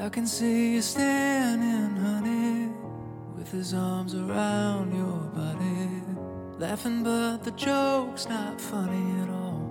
can see you standing, honey, with his arms around your body, laughing but the joke's not funny at all.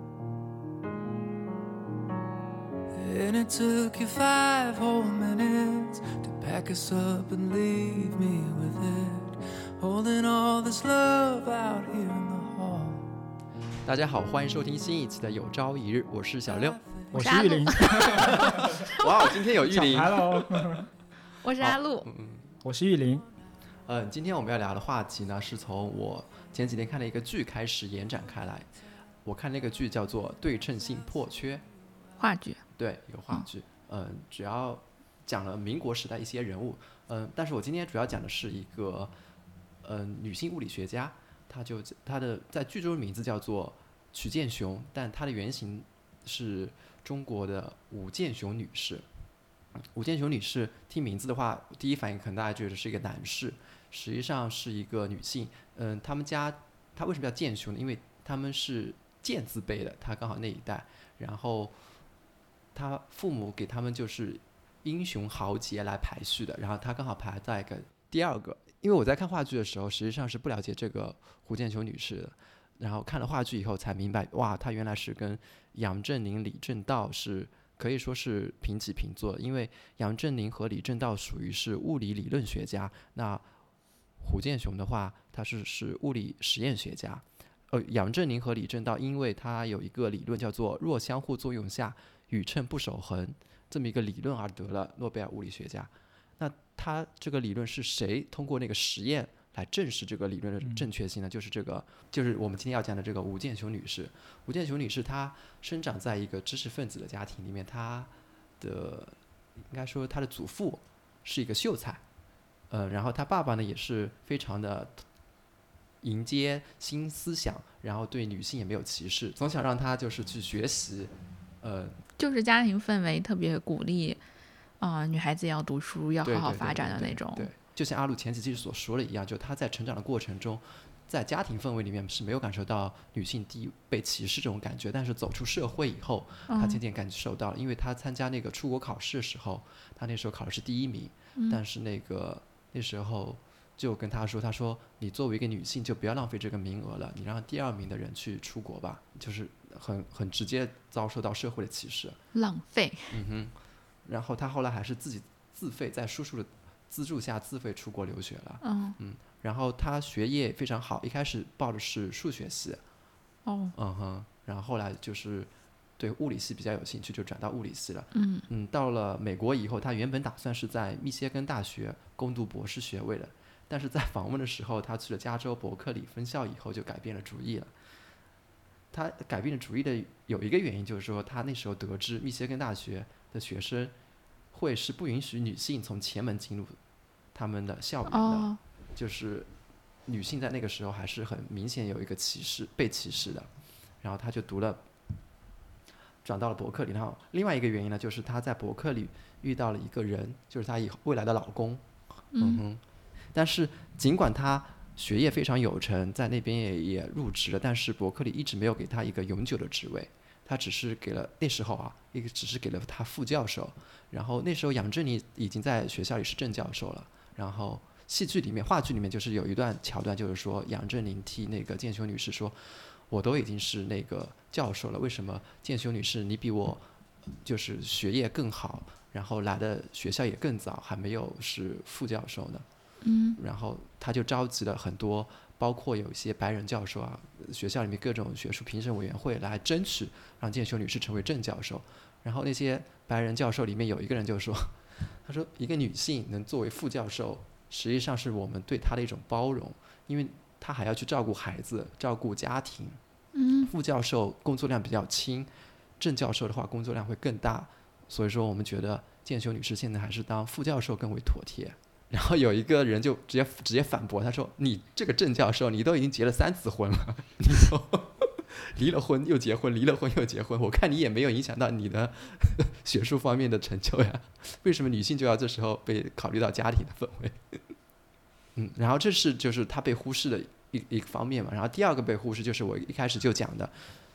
And it took you 5 whole minutes to pack us up and leave me with it, holding all this love out here in the hall. 大家好，欢迎收听新一期的有朝一日，我是小六， 我是玉林。 哇，今天有玉林。 Hello， 我是阿露。 我是玉林。 今天我们要聊的话题呢，是从我前几天看的一个剧开始延展开来。我看那个剧叫做《对称性破缺》， 话剧。对， 一个话剧。主要讲了民国时代一些人物。但是我今天主要讲的是一个女性物理学家，她的在剧中的名字叫做曲建雄，但她的原型是中国的伍健雄女士。伍健雄女士听名字的话，第一反应可能大家觉得是一个男士，实际上是一个女性。他们家她为什么叫健雄呢？因为他们是健字辈的，她刚好那一代，然后她父母给他们就是英雄豪杰来排序的，然后她刚好排在个第2个。因为我在看话剧的时候，实际上是不了解这个胡建雄女士的，然后看了话剧以后才明白，哇，她原来是跟杨振宁、李政道是可以说是平起平坐的。因为杨振宁和李政道属于是物理理论学家，那胡建雄的话，他是物理实验学家。杨振宁和李政道，因为他有一个理论叫做弱相互作用下宇称不守恒这么一个理论而得了诺贝尔物理学家。那他这个理论是谁通过那个实验来证实这个理论的正确性呢？就是我们今天要讲的这个伍健雄女士。伍健雄女士她生长在一个知识分子的家庭里面，她的应该说她的祖父是一个秀才，然后她爸爸呢也是非常的迎接新思想，然后对女性也没有歧视，总想让她就是去学习， 就是家庭氛围特别鼓励女孩子要读书，要好好发展的那种。 对，就像阿鲁前几期所说的一样，就她在成长的过程中，在家庭氛围里面是没有感受到女性被歧视这种感觉，但是走出社会以后，她渐渐感受到了。因为她参加那个出国考试的时候，她那时候考的是第1名，但是那时候就跟她说，她说你作为一个女性就不要浪费这个名额了，你让第2名的人去出国吧，就是很直接遭受到社会的歧视， 浪费。 然后她后来还是自己自费，在叔叔的资助下自费出国留学了。然后她学业非常好，一开始报的是数学系，然后后来就是对物理系比较有兴趣，就转到物理系了。到了美国以后，她原本打算是在密歇根大学攻读博士学位的，但是在访问的时候，她去了加州伯克利分校以后就改变了主意了。她改变了主意的有一个原因，就是说她那时候得知密歇根大学的学生会是不允许女性从前门进入他们的校园的，就是女性在那个时候还是很明显有一个被歧视的。然后她就转到了伯克利。然后另外一个原因呢，就是她在伯克利遇到了一个人，就是她未来的老公。但是尽管她学业非常有成，在那边也入职了，但是伯克利一直没有给她一个永久的职位，他只是给了那时候只是给了他副教授。然后那时候杨振宁已经在学校里是正教授了。然后话剧里面就是有一段桥段，就是说杨振宁替那个建雄女士说，我都已经是那个教授了，为什么建雄女士你比我就是学业更好，然后来的学校也更早，还没有是副教授呢？然后他就召集了很多，包括有一些白人教授学校里面各种学术评审委员会来争取让建雄女士成为正教授。然后那些白人教授里面有一个人就说，他说一个女性能作为副教授，实际上是我们对她的一种包容，因为她还要去照顾孩子，照顾家庭。副教授工作量比较轻，正教授的话工作量会更大，所以说我们觉得建雄女士现在还是当副教授更为妥帖。然后有一个人就直接反驳，他说你这个正教授你都已经结了3次婚了，你都离了婚又结婚，离了婚又结婚，我看你也没有影响到你的学术方面的成就呀，为什么女性就要这时候被考虑到家庭的氛围？然后这是就是他被忽视的一个方面嘛。然后第2个被忽视就是我一开始就讲的，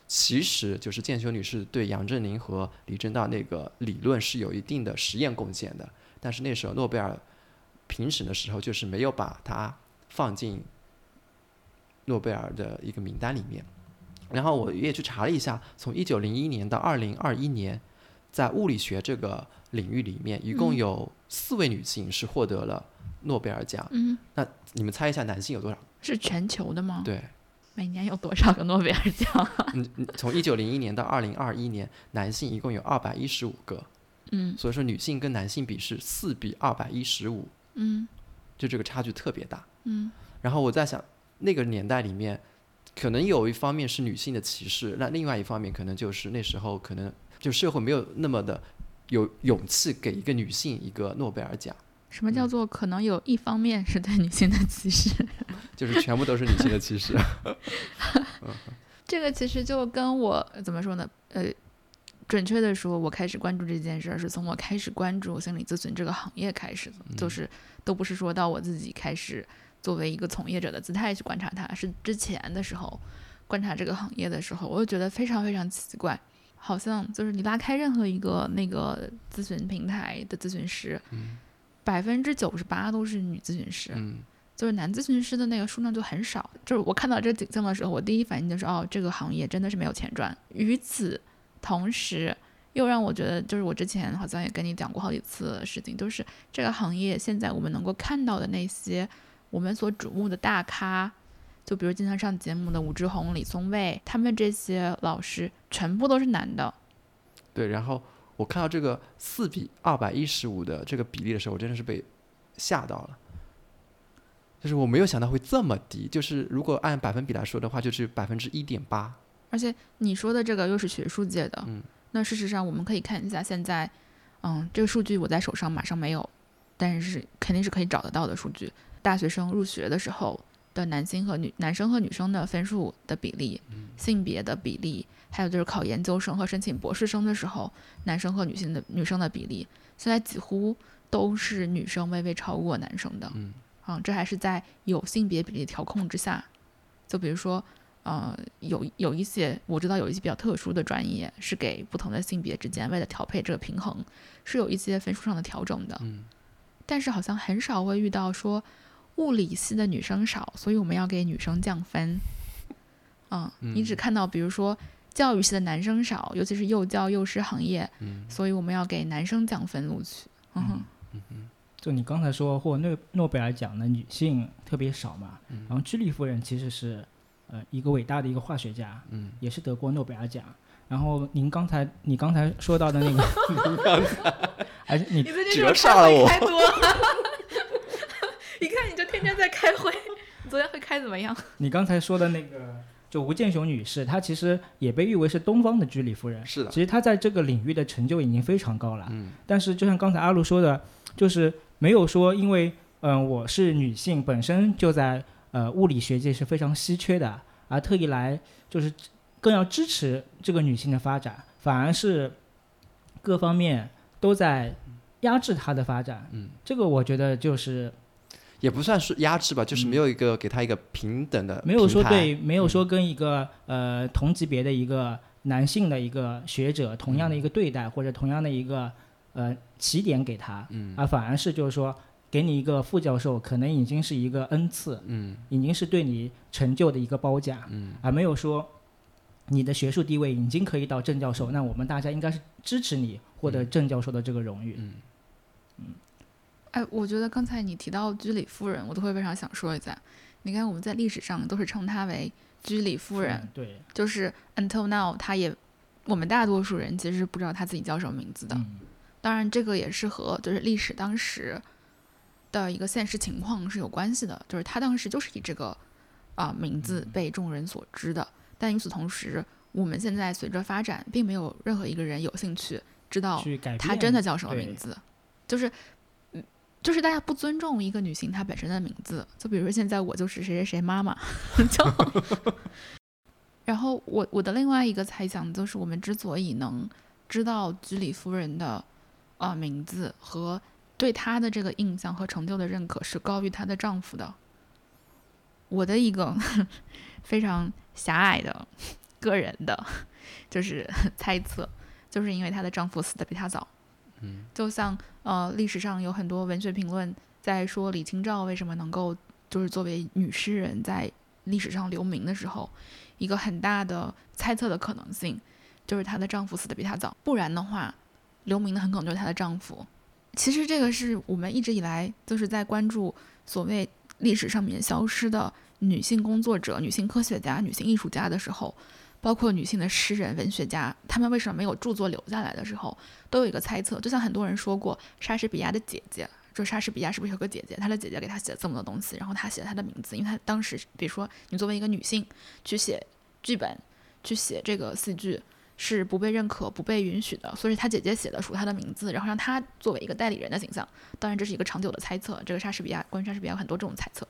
其实就是建修女士对杨振宁和李政道那个理论是有一定的实验贡献的，但是那时候诺贝尔评审的时候就是没有把它放进诺贝尔的一个名单里面。然后我也去查了一下，从1901年到2021年，在物理学这个领域里面，一共有4位女性是获得了诺贝尔奖。那你们猜一下男性有多少？ 是全球的吗？ 对。 每年有多少个诺贝尔奖？ 从1901年到2021年，男性一共有215个。所以说女性跟男性比是4比215。就这个差距特别大。然后我在想，那个年代里面，可能有一方面是女性的歧视，那另外一方面可能就是那时候可能就社会没有那么的有勇气给一个女性一个诺贝尔奖。 什么叫做可能有一方面是对女性的歧视？ 就是全部都是女性的歧视。 这个其实就跟我怎么说呢？准确的说，我开始关注这件事是从我开始关注心理咨询这个行业开始的，就是都不是说到我自己开始作为一个从业者的姿态去观察它，是之前的时候观察这个行业的时候，我就觉得非常非常奇怪，好像就是你拉开任何一个那个咨询平台的咨询师，98%都是女咨询师。就是男咨询师的那个数量就很少。就是我看到这个景象的时候，我第一反应就是这个行业真的是没有钱赚。与此同时又让我觉得，就是我之前好像也跟你讲过好几次的事情，就是这个行业现在我们能够看到的那些我们所瞩目的大咖，就比如经常上节目的武志红、李松蔚，他们这些老师全部都是男的。 对，然后我看到这个4比215的这个比例的时候，我真的是被吓到了。就是我没有想到会这么低，就是如果按百分比来说的话，就是 1.8%。 而且你说的这个又是学术界的，那事实上我们可以看一下现在，这个数据我在手上马上没有，但是肯定是可以找得到的数据。大学生入学的时候的男生和女生的分数的比例，性别的比例，还有就是考研究生和申请博士生的时候，男生和女生的比例，现在几乎都是女生微微超过男生的。这还是在有性别比例调控之下。就比如说有一些我知道有一些比较特殊的专业是给不同的性别之间为了调配这个平衡是有一些分数上的调整的。但是好像很少会遇到说物理系的女生少，所以我们要给女生降分。你只看到比如说教育系的男生少，尤其是幼教幼师行业，所以我们要给男生降分录取。 就你刚才说获诺贝尔奖的女性特别少嘛，然后居里夫人其实是一个伟大的一个化学家，也是得过诺贝尔奖。然后你刚才说到的那个，你折煞了我。 一看你就天天在开会，你昨天会开怎么样？ 你刚才说的那个就吴健雄女士，她其实也被誉为是东方的居里夫人。 是的， 其实她在这个领域的成就已经非常高了。但是就像刚才阿路说的，就是没有说因为我是女性本身就在物理学界是非常稀缺的，而特意来就是更要支持这个女性的发展，反而是各方面都在压制她的发展。这个我觉得就是也不算是压制吧，就是没有一个给她一个平等的平台， 没有说跟一个同级别的一个男性的一个学者同样的一个对待，或者同样的一个起点给他，而反而是就是说给你一个副教授可能已经是一个恩赐，已经是对你成就的一个褒奖，而没有说你的学术地位已经可以到正教授，那我们大家应该是支持你获得正教授的这个荣誉。 我觉得刚才你提到居里夫人，我都会非常想说一下。你看我们在历史上都是称她为居里夫人， 对， 就是 until now 我们大多数人其实是不知道她自己叫什么名字的。当然这个也是和就是历史当时的一个现实情况是有关系的，就是她当时就是以这个名字被众人所知的。但与此同时，我们现在随着发展，并没有任何一个人有兴趣知道她真的叫什么名字，就是大家不尊重一个女性她本身的名字。就比如说现在我就是谁谁谁妈妈然后我的另外一个猜想就是我们之所以能知道居里夫人的名字和对她的这个印象和成就的认可是高于她的丈夫的。我的一个非常狭隘的个人的就是猜测，就是因为她的丈夫死得比她早。就像历史上有很多文学评论在说李清照为什么能够就是作为女诗人在历史上留名的时候，一个很大的猜测的可能性就是她的丈夫死得比她早，不然的话留名的很可能就是她的丈夫。其实这个是我们一直以来就是在关注所谓历史上面消失的女性工作者、女性科学家、女性艺术家的时候，包括女性的诗人、文学家，她们为什么没有著作留下来的时候，都有一个猜测。就像很多人说过莎士比亚的姐姐，就莎士比亚是不是有个姐姐，她的姐姐给她写了这么多东西，然后她写了她的名字，因为她当时比如说你作为一个女性去写剧本、去写这个戏剧是不被认可、不被允许的，所以她姐姐写的属她的名字，然后让她作为一个代理人的形象。当然这是一个长久的猜测，这个莎士比亚关于莎士比亚有很多这种猜测。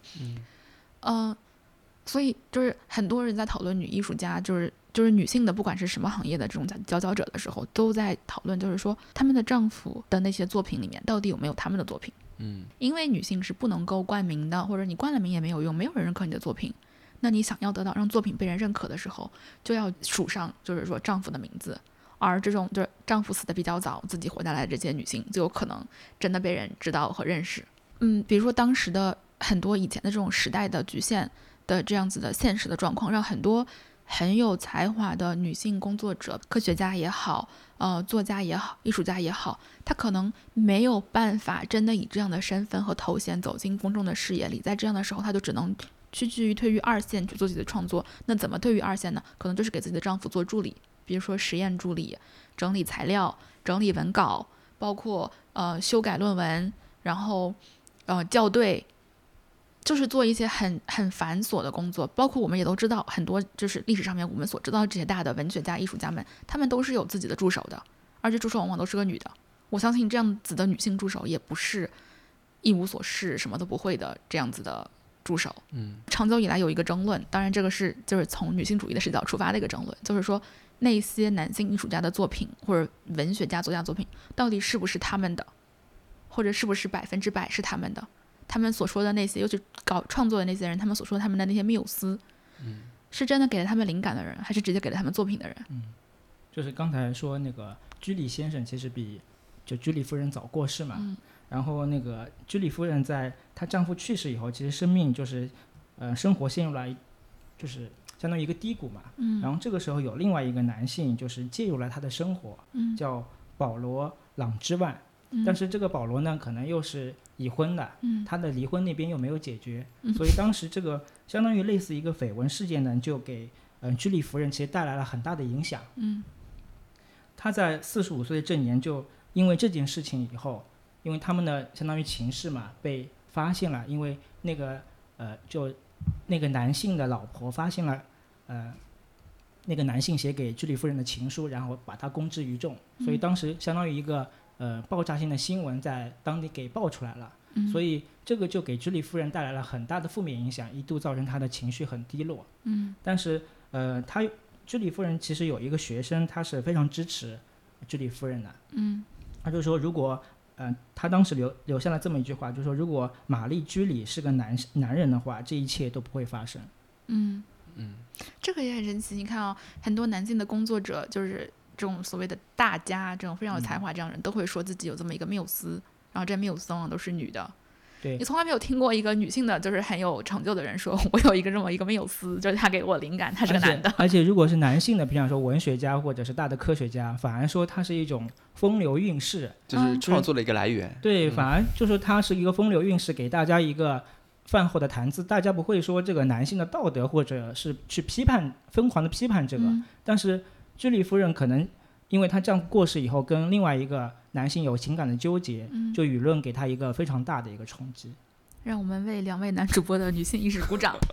所以就是很多人在讨论女艺术家，就是女性的不管是什么行业的这种佼佼者的时候，都在讨论就是说他们的丈夫的那些作品里面到底有没有他们的作品。因为女性是不能够冠名的，或者你冠了名也没有用，没有人认可你的作品。那你想要得到让作品被人认可的时候，就要署上就是说丈夫的名字。而这种就是丈夫死的比较早，自己活下来的这些女性，就有可能真的被人知道和认识。比如说当时的很多以前的这种时代的局限的这样子的现实的状况，让很多很有才华的女性工作者、科学家也好，作家也好，艺术家也好，她可能没有办法真的以这样的身份和头衔走进公众的视野里，在这样的时候，她就只能退于二线去做自己的创作。那怎么退于二线呢？可能就是给自己的丈夫做助理，比如说实验助理、整理材料、整理文稿，包括修改论文，然后校对。就是做一些很繁琐的工作，包括我们也都知道很多就是历史上面我们所知道的这些大的文学家、艺术家们，他们都是有自己的助手的，而且助手往往都是个女的。我相信这样子的女性助手也不是一无所事、什么都不会的这样子的助手。长久以来有一个争论，当然这个是就是从女性主义的视角出发的一个争论，就是说那些男性艺术家的作品或者文学家、作家作品到底是不是他们的，或者是不是100%是他们的。他们所说的那些，尤其搞创作的那些人，他们所说的他们的那些缪斯，是真的给了他们灵感的人，还是直接给了他们作品的人？ 就是刚才说那个居里先生，其实比就居里夫人早过世嘛。然后那个居里夫人在她丈夫去世以后，其实生命就是生活陷入了就是相当于一个低谷嘛。然后这个时候有另外一个男性就是介入了她的生活，叫保罗·朗之万。但是这个保罗呢，可能又是已婚的，他的离婚那边又没有解决，所以当时这个相当于类似一个绯闻事件呢，就给居里夫人其实带来了很大的影响。他在45岁正年就因为这件事情以后，因为他们的相当于情事嘛被发现了，因为那个就那个男性的老婆发现了那个男性写给居里夫人的情书，然后把他公之于众，所以当时相当于一个爆炸性的新闻在当地给爆出来了。所以这个就给居里夫人带来了很大的负面影响，一度造成她的情绪很低落。但是居里夫人其实有一个学生，他是非常支持居里夫人的。他就说如果他当时留下了这么一句话，就是说如果玛丽居里是个男人的话，这一切都不会发生。 这个也很神奇。你看很多男性的工作者，就是这种所谓的大家，这种非常有才华这样的人，都会说自己有这么一个缪斯，然后这缪斯往往都是女的。 对， 你从来没有听过一个女性的就是很有成就的人说我有这么一个缪斯，就是他给我灵感，他是个男的。 而且如果是男性的，比方说文学家或者是大的科学家，反而说他是一种风流韵事， 就是创作的一个来源。 对，反而就说他是一个风流韵事，给大家一个饭后的谈资，大家不会说这个男性的道德，或者是去疯狂的批判这个。但是居里夫人可能因为她丈夫过世以后跟另外一个男性有情感的纠结，就舆论给她一个非常大的一个冲击。 让我们为2位男主播的女性意识鼓掌。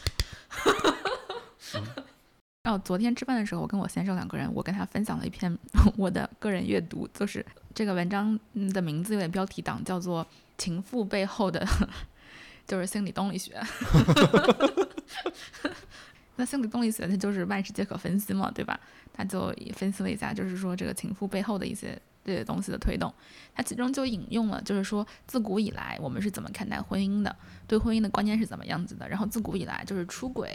昨天吃饭的时候，我跟我先生2个人，我跟他分享了一篇我的个人阅读，就是这个文章的名字有点标题党，叫做情妇背后的就是心理动力学。那心理动力学它就是万事皆可分析嘛，对吧？他就也分析了一下，就是说这个情妇背后的一些这些东西的推动，他其中就引用了，就是说自古以来我们是怎么看待婚姻的，对婚姻的观念是怎么样子的，然后自古以来就是出轨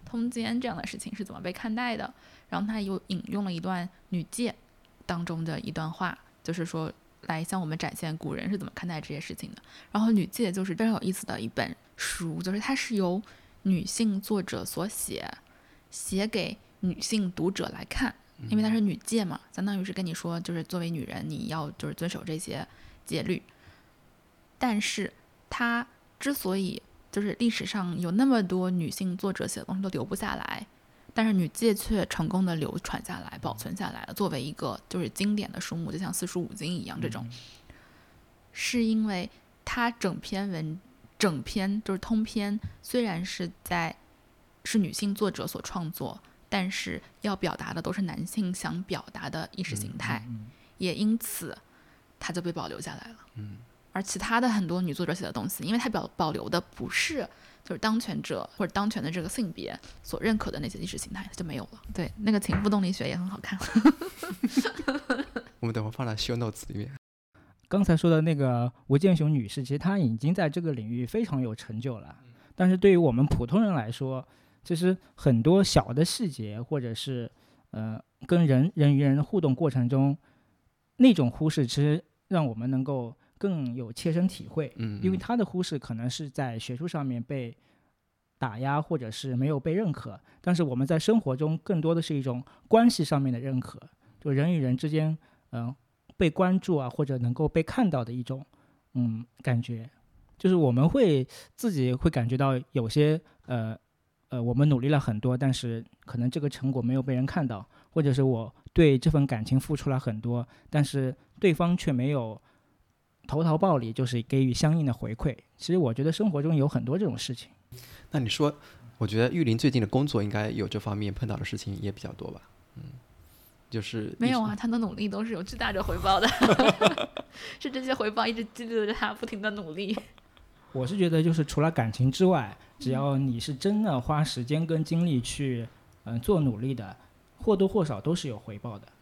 通奸这样的事情是怎么被看待的。然后他又引用了一段女诫当中的一段话，就是说来向我们展现古人是怎么看待这些事情的。然后女诫就是非常有意思的一本书，就是它是由女性作者所写给女性读者来看，因为它是女诫嘛，相当于是跟你说，就是作为女人你要就是遵守这些戒律。但是它之所以就是历史上有那么多女性作者写的东西都留不下来，但是女诫却成功的流传下来保存下来了，作为一个就是经典的书目，就像四书五经一样，这种是因为它整篇就是通篇虽然是女性作者所创作，但是要表达的都是男性想表达的意识形态，也因此它就被保留下来了。而其他的很多女作者写的东西，因为它保留的不是就是当权者或者当权的这个性别所认可的那些意识形态，它就没有了。对，那个情妇动力学也很好看。 我们等会儿放在 show notes 里面。 刚才说的那个吴健雄女士，其实她已经在这个领域非常有成就了，但是对于我们普通人来说，其实很多小的细节或者是跟人与人的互动过程中那种忽视，其实让我们能够更有切身体会。因为他的忽视可能是在学术上面被打压或者是没有被认可，但是我们在生活中更多的是一种关系上面的认可，就人与人之间被关注啊，或者能够被看到的一种感觉，就是我们自己会感觉到有些我们努力了很多，但是可能这个成果没有被人看到，或者是我对这份感情付出了很多，但是对方却没有投桃报李，就是给予相应的回馈。其实我觉得生活中有很多这种事情。 那你说，我觉得玉林最近的工作应该有这方面碰到的事情也比较多吧？就是没有啊，他的努力都是有巨大的回报的。是这些回报一直激励着他不停的努力。 我是觉得就是除了感情之外，只要你是真的花时间跟精力去做努力的，或多或少都是有回报的。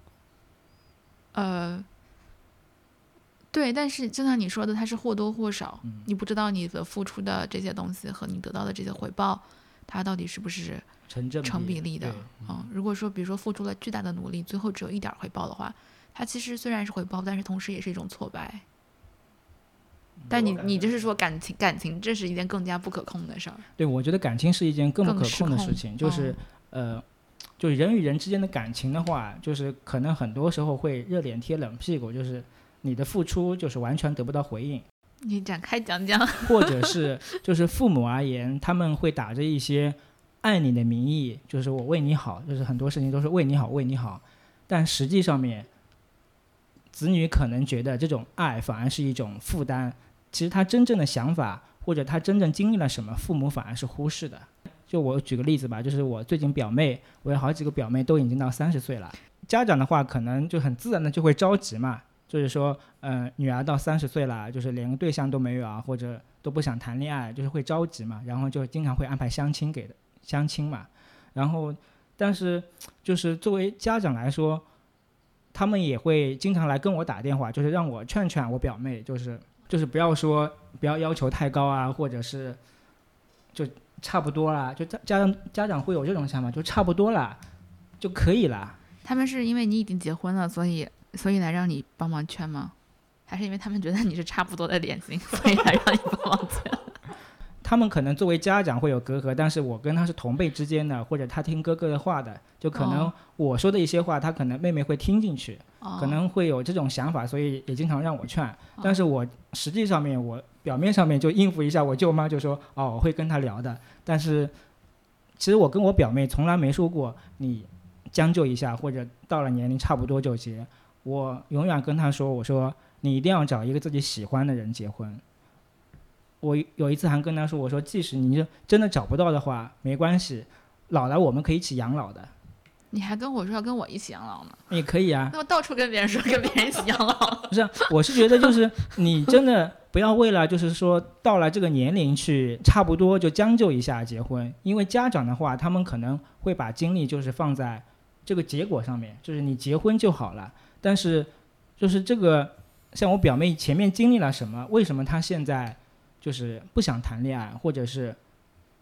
对，但是就像你说的，它是或多或少，你不知道你的付出的这些东西和你得到的这些回报，它到底是不是成比例的。如果说比如说付出了巨大的努力，最后只有一点回报的话，它其实虽然是回报，但是同时也是一种挫败。但你就是说感情这是一件更加不可控的事儿。 对，我觉得感情是一件更不可控的事情，就是就是人与人之间的感情的话，就是可能很多时候会热脸贴冷屁股，就是你的付出就是完全得不到回应。 你展开讲讲。 或者是就是父母而言，他们会打着一些爱你的名义，就是我为你好，就是很多事情都是为你好为你好，但实际上面子女可能觉得这种爱反而是一种负担，其实他真正的想法或者他真正经历了什么，父母反而是忽视的。就我举个例子吧，就是我最近表妹，我有好几个表妹都已经到30岁了，家长的话可能就很自然的就会着急嘛，就是说女儿到30岁了，就是连个对象都没有啊，或者都不想谈恋爱，就是会着急嘛，然后就经常会安排相亲嘛。然后但是就是作为家长来说，他们也会经常来跟我打电话，就是让我劝劝我表妹，就是不要要求太高啊，或者是就差不多啦，就家长会有这种想法，就差不多啦就可以了。 他们是因为你已经结婚了，所以来让你帮忙劝吗？还是因为他们觉得你是差不多的脸型，所以来让你帮忙劝？ 他们可能作为家长会有隔阂，但是我跟他是同辈之间的，或者他听哥哥的话的，就可能我说的一些话，他可能妹妹会听进去，可能会有这种想法，所以也经常让我劝。但是我实际上面，我表面上面就应付一下，我舅妈就说我会跟他聊的。但是其实我跟我表妹从来没说过你将就一下，或者到了年龄差不多就结。我永远跟她说，我说你一定要找一个自己喜欢的人结婚。我有一次还跟他说，我说即使你真的找不到的话没关系，老了我们可以一起养老的。 你还跟我说要跟我一起养老呢？ 也可以啊。 那我到处跟别人说跟别人一起养老。 不是，我是觉得就是你真的不要为了就是说到了这个年龄去差不多就将就一下结婚，因为家长的话他们可能会把精力就是放在这个结果上面，就是你结婚就好了。但是就是这个像我表妹前面经历了什么，为什么她现在就是不想谈恋爱，或者是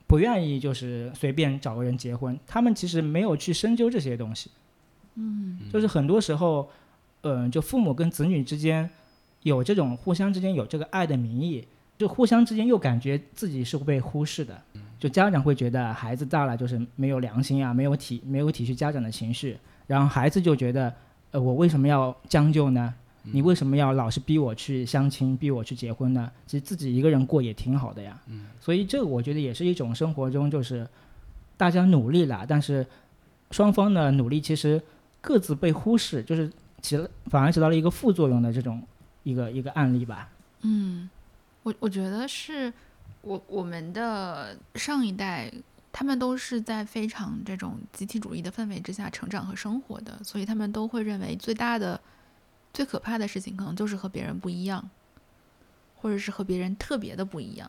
不愿意就是随便找个人结婚，他们其实没有去深究这些东西。就是很多时候就父母跟子女之间有这种互相之间有这个爱的名义，就互相之间又感觉自己是被忽视的，就家长会觉得孩子大了就是没有良心啊，没有体恤家长的情绪，然后孩子就觉得我为什么要将就呢？你为什么要老是逼我去相亲，逼我去结婚呢？其实自己一个人过也挺好的呀。所以这个我觉得也是一种生活中就是大家努力了，但是双方的努力其实各自被忽视，就是反而起到了一个副作用的这种一个案例吧。 我觉得是我们的上一代，他们都是在非常这种集体主义的氛围之下成长和生活的，所以他们都会认为最可怕的事情可能就是和别人不一样，或者是和别人特别的不一样。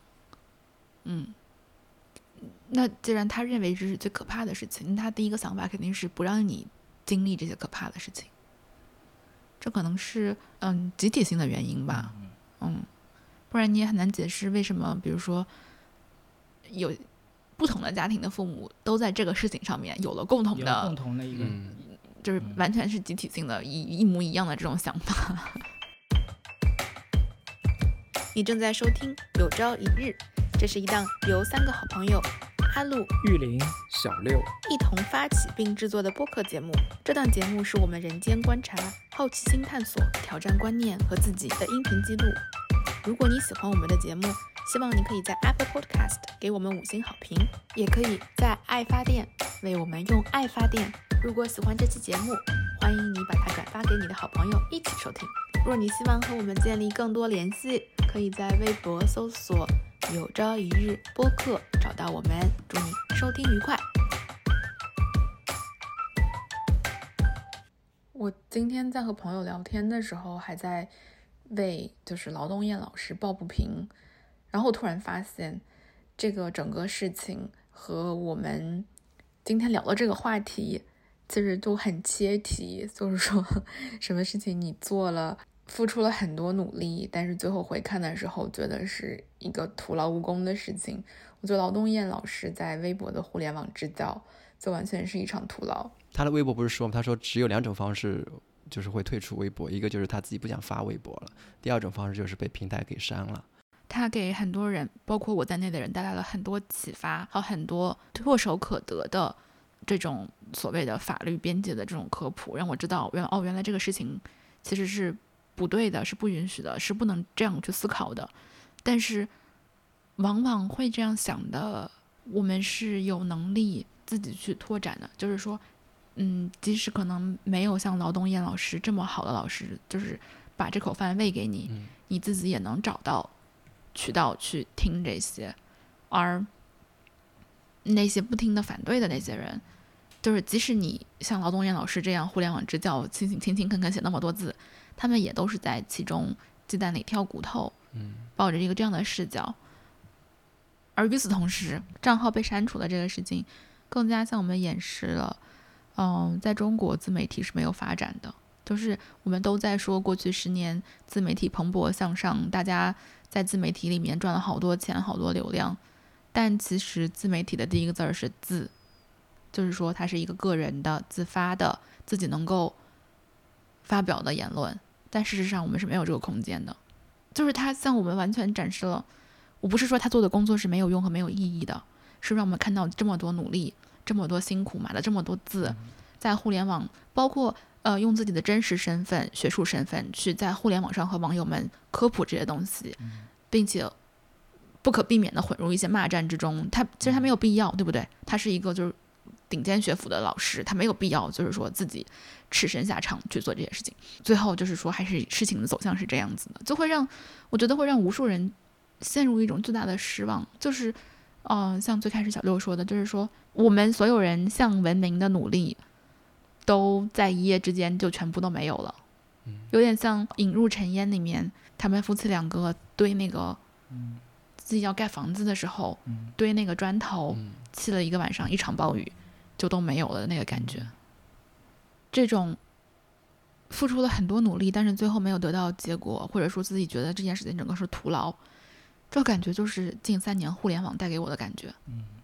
那既然他认为这是最可怕的事情，他第一个想法肯定是不让你经历这些可怕的事情。这可能是集体性的原因吧。不然你也很难解释为什么比如说有不同的家庭的父母都在这个事情上面有了共同的一个就是完全是集体性的一模一样的这种想法。你正在收听有朝一日，这是一档由3个好朋友阿路、 玉林、 小六一同发起并制作的播客节目。这档节目是我们人间观察、好奇心探索、挑战观念和自己的音频记录。如果你喜欢我们的节目，希望你可以在 Apple Podcast 给我们5星好评，也可以在爱发电为我们用爱发电。如果喜欢这期节目，欢迎你把它转发给你的好朋友一起收听。若你希望和我们建立更多联系，可以在微博搜索有朝一日播客找到我们。祝你收听愉快。我今天在和朋友聊天的时候还在为就是劳动燕老师抱不平，然后突然发现这个整个事情和我们今天聊的这个话题其实都很切题，就是说什么事情你做了付出了很多努力，但是最后回看的时候觉得是一个徒劳无功的事情。我觉得劳动燕老师在微博的互联网支教就完全是一场徒劳。 他的微博不是说吗？他说只有2种方式就是会退出微博，一个就是他自己不想发微博了，第2种方式就是被平台给删了。 他给很多人包括我在内的人带来了很多启发和很多唾手可得的这种所谓的法律边界的这种科普，让我知道原来这个事情其实是不对的，是不允许的，是不能这样去思考的。但是往往会这样想的我们是有能力自己去拓展的，就是说即使可能没有像劳动燕老师这么好的老师就是把这口饭喂给你，你自己也能找到渠道去听这些。而那些不听的反对的那些人，就是即使你像劳动燕老师这样互联网支教勤恳恳写那么多字，他们也都是在其中鸡蛋里挑骨头，抱着一个这样的视角。而与此同时，账号被删除的这个事情更加向我们演示了在中国自媒体是没有发展的。就是我们都在说过去10年自媒体蓬勃向上，大家在自媒体里面赚了好多钱好多流量，但其实自媒体的第一个字是自，就是说它是一个个人的自发的自己能够发表的言论，但事实上我们是没有这个空间的。就是它向我们完全展示了，我不是说他做的工作是没有用和没有意义的，是让我们看到这么多努力这么多辛苦码了这么多字，在互联网包括用自己的真实身份学术身份去在互联网上和网友们科普这些东西，并且不可避免的混入一些骂战之中。其实他没有必要，对不对？他是一个就是顶尖学府的老师，他没有必要就是说自己赤身下场去做这些事情。最后就是说还是事情的走向是这样子的，就会让我觉得会让无数人陷入一种巨大的失望。就是像最开始小六说的，就是说我们所有人向文明的努力都在一夜之间就全部都没有了，有点像《引入尘烟》里面他们夫妻2个堆那个自己要盖房子的时候，堆那个砖头，砌了1个晚上，一场暴雨就都没有了的那个感觉。这种付出了很多努力但是最后没有得到结果，或者说自己觉得这件事情整个是徒劳，这感觉就是近3年互联网带给我的感觉。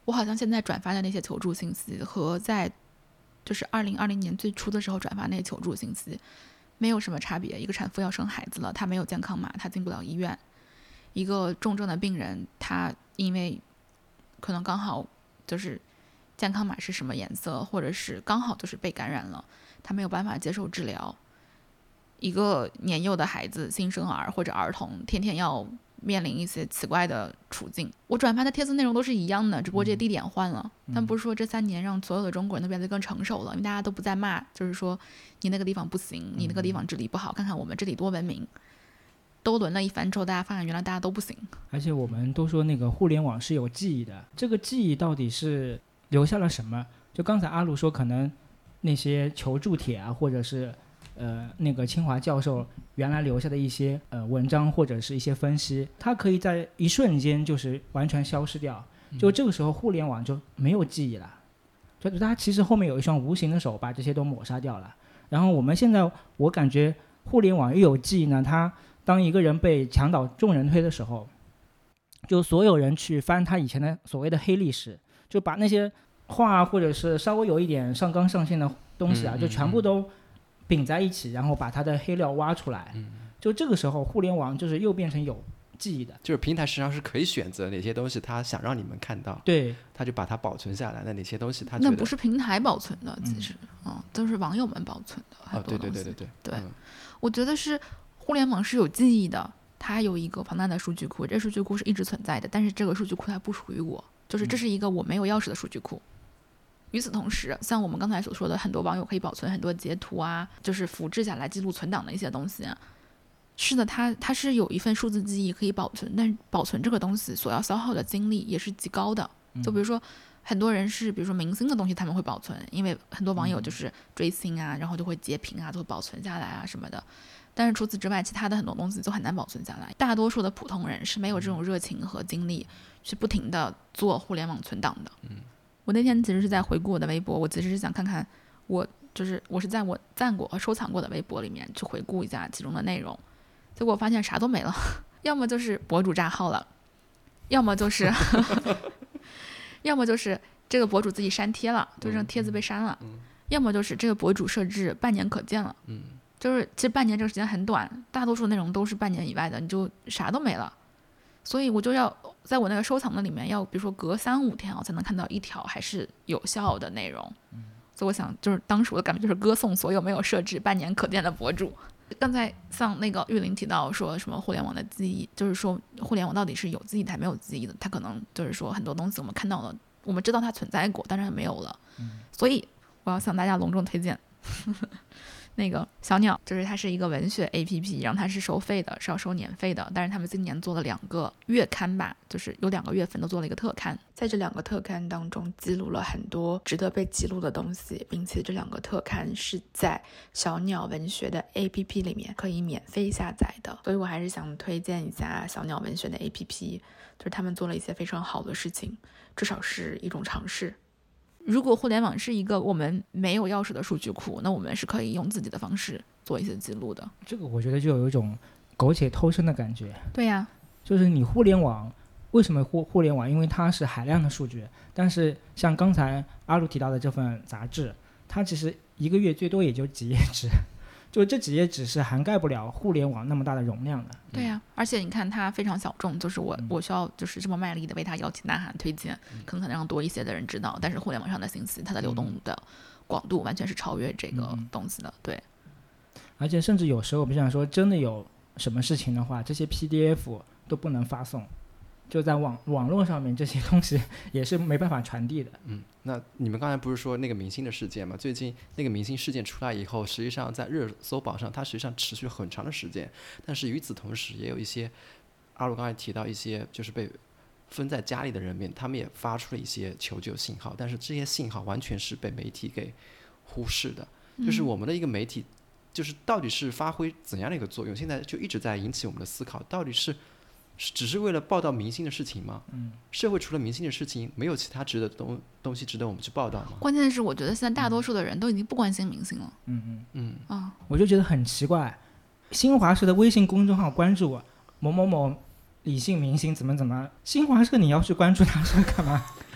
我好像现在转发的那些求助信息和在就是2020年最初的时候转发那些求助信息没有什么差别。一个产妇要生孩子了，她没有健康码，她进不了医院；一个重症的病人，他因为可能刚好就是健康码是什么颜色，或者是刚好就是被感染了，他没有办法接受治疗。一个年幼的孩子，新生儿或者儿童，天天要面临一些奇怪的处境。我转发的帖子内容都是一样的，只不过这些地点换了。但不是说这3年让所有的中国人都变得更成熟了，因为大家都不再骂，就是说你那个地方不行，你那个地方治理不好，看看我们这里多文明。都轮了一番之后，大家发现原来大家都不行。 而且我们都说那个互联网是有记忆的，这个记忆到底是留下了什么？就刚才阿鲁说，可能那些求助帖啊，或者是那个清华教授原来留下的一些文章或者是一些分析，它可以在一瞬间就是完全消失掉。就这个时候互联网就没有记忆了，就它其实后面有一双无形的手把这些都抹杀掉了。然后我们现在我感觉互联网越有记忆呢，它当一个人被墙倒众人推的时候，就所有人去翻他以前的所谓的黑历史，就把那些话或者是稍微有一点上纲上线的东西啊，就全部都并在一起，然后把他的黑料挖出来。就这个时候互联网就是又变成有记忆的， 就是平台实际上是可以选择哪些东西他想让你们看到， 对， 他就把它保存下来。那哪些东西他觉得那不是平台保存的，其实都是网友们保存的很多东西。对，我觉得是互联网是有记忆的，它有一个庞大的数据库，这数据库是一直存在的，但是这个数据库它不属于我，就是这是一个我没有钥匙的数据库。与此同时，像我们刚才所说的，很多网友可以保存很多截图啊，就是复制下来记录存档的一些东西。是的，它是有一份数字记忆可以保存，但是保存这个东西所要消耗的精力也是极高的。就比如说很多人是比如说明星的东西他们会保存，因为很多网友就是追星啊，然后就会截屏啊，都会保存下来啊什么的。但是除此之外，其他的很多东西就很难保存下来。大多数的普通人是没有这种热情和精力去不停的做互联网存档的。我那天其实是在回顾我的微博，我其实是想看看我是在我赞过和收藏过的微博里面去回顾一下其中的内容，结果我发现啥都没了，要么就是博主炸号了，要么就是要么就是这个博主自己删帖了，就是帖子被删了，要么就是这个博主设置半年可见了。就是其实半年这个时间很短，大多数内容都是半年以外的，你就啥都没了。所以我就要在我那个收藏的里面，要比如说隔3-5天我才能看到一条还是有效的内容。所以我想就是当时我的感觉就是歌颂所有没有设置半年可见的博主。刚才像那个玉林提到说什么互联网的记忆，就是说互联网到底是有记忆的还没有记忆的，它可能就是说很多东西我们看到了，我们知道它存在过，但是没有了。所以我要向大家隆重推荐那个小鸟，就是它是一个文学 APP， 然后它是收费的，是要收年费的，但是他们今年做了2个月刊吧，就是有2个月份都做了一个特刊，在这2个特刊当中记录了很多值得被记录的东西，并且这2个特刊是在小鸟文学的 APP 里面可以免费下载的，所以我还是想推荐一下小鸟文学的 APP， 就是他们做了一些非常好的事情，至少是一种尝试。如果互联网是一个我们没有钥匙的数据库，那我们是可以用自己的方式做一些记录的。 这个我觉得就有一种苟且偷生的感觉。 对呀， 就是你互联网为什么互联网？因为它是海量的数据，但是像刚才阿鲁提到的这份杂志，它其实1个月最多也就几页纸，就这几页纸是涵盖不了互联网那么大的容量的。 对呀，而且你看它非常小众，就是我需要就是这么卖力的为它摇旗呐喊推荐，可能让多一些的人知道，但是互联网上的信息它的流动的广度完全是超越这个东西的。对， 而且甚至有时候比如说真的有什么事情的话，这些 PDF 都不能发送，就在网络上面这些东西也是没办法传递的。 那你们刚才不是说那个明星的事件吗？最近那个明星事件出来以后，实际上在热搜榜上它实际上持续很长的时间，但是与此同时也有一些阿鲁刚才提到一些就是被分在家里的人们，他们也发出了一些求救信号，但是这些信号完全是被媒体给忽视的。就是我们的一个媒体就是到底是发挥怎样的一个作用，现在就一直在引起我们的思考，到底是只是为了报道明星的事情吗？社会除了明星的事情没有其他值得东西值得我们去报道吗？ 关键是我觉得现在大多数的人都已经不关心明星了。 我就觉得很奇怪，新华社的微信公众号关注某某某李姓明星怎么，新华社你要去关注他是干嘛？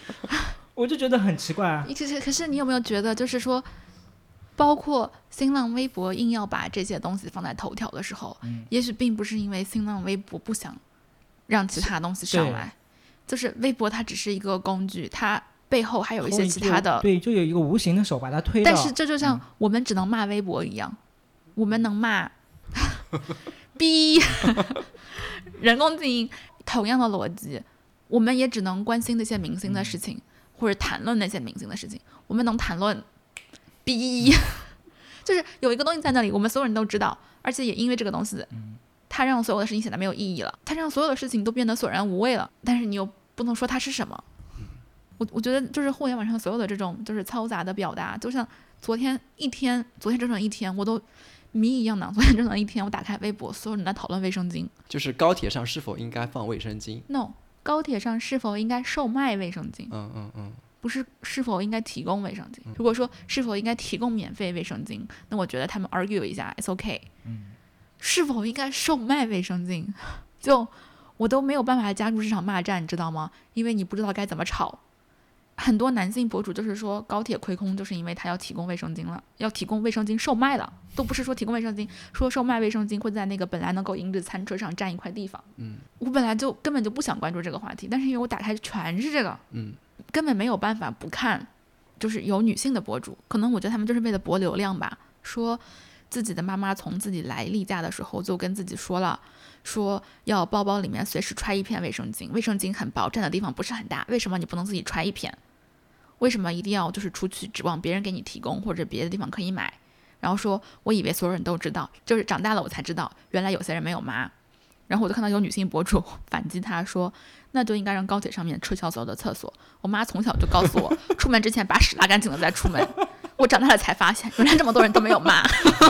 我就觉得很奇怪啊。 可是你有没有觉得，就是说，包括新浪微博硬要把这些东西放在头条的时候，也许并不是因为新浪微博不想让其他东西上来，就是微博它只是一个工具，它背后还有一些其他的， 对，就有一个无形的手把它推到。 但是这就像我们只能骂微博一样，我们能骂逼人工静音，同样的逻辑，我们也只能关心那些明星的事情，或者谈论那些明星的事情，我们能谈论逼就是有一个东西在那里，我们所有人都知道，而且也因为这个东西，它让所有的事情显得没有意义了，它让所有的事情都变得索然无味了，但是你又不能说它是什么。我觉得就是互联网上所有的这种就是嘈杂的表达，就像昨天整整一天我都谜一样的，昨天整整一天我打开微博，所有人在讨论卫生巾， 就是高铁上是否应该放卫生巾。 No， 高铁上是否应该售卖卫生巾，不是是否应该提供卫生巾。如果说是否应该提供免费卫生巾，那我觉得他们 argue 一下 it's okay。是否应该售卖卫生巾，就我都没有办法加入这场骂战，你知道吗？因为你不知道该怎么吵。很多男性博主就是说高铁亏空，就是因为他要提供卫生巾了，要提供卫生巾售卖了，都不是说提供卫生巾，说售卖卫生巾会在那个本来能够营制餐车上占一块地方。我本来就根本就不想关注这个话题，但是因为我打开全是这个，根本没有办法不看。就是有女性的博主，可能我觉得他们就是为了博流量吧，说自己的妈妈从自己来例假的时候就跟自己说了，说要包包里面随时揣一片卫生巾，卫生巾很薄，占的地方不是很大，为什么你不能自己揣一片？为什么一定要就是出去指望别人给你提供，或者别的地方可以买？然后说我以为所有人都知道，就是长大了我才知道原来有些人没有妈。然后我就看到有女性博主反击他说，那就应该让高铁上面撤销所有的厕所，我妈从小就告诉我出门之前把屎拉干净了再出门，我长大了才发现原来这么多人都没有妈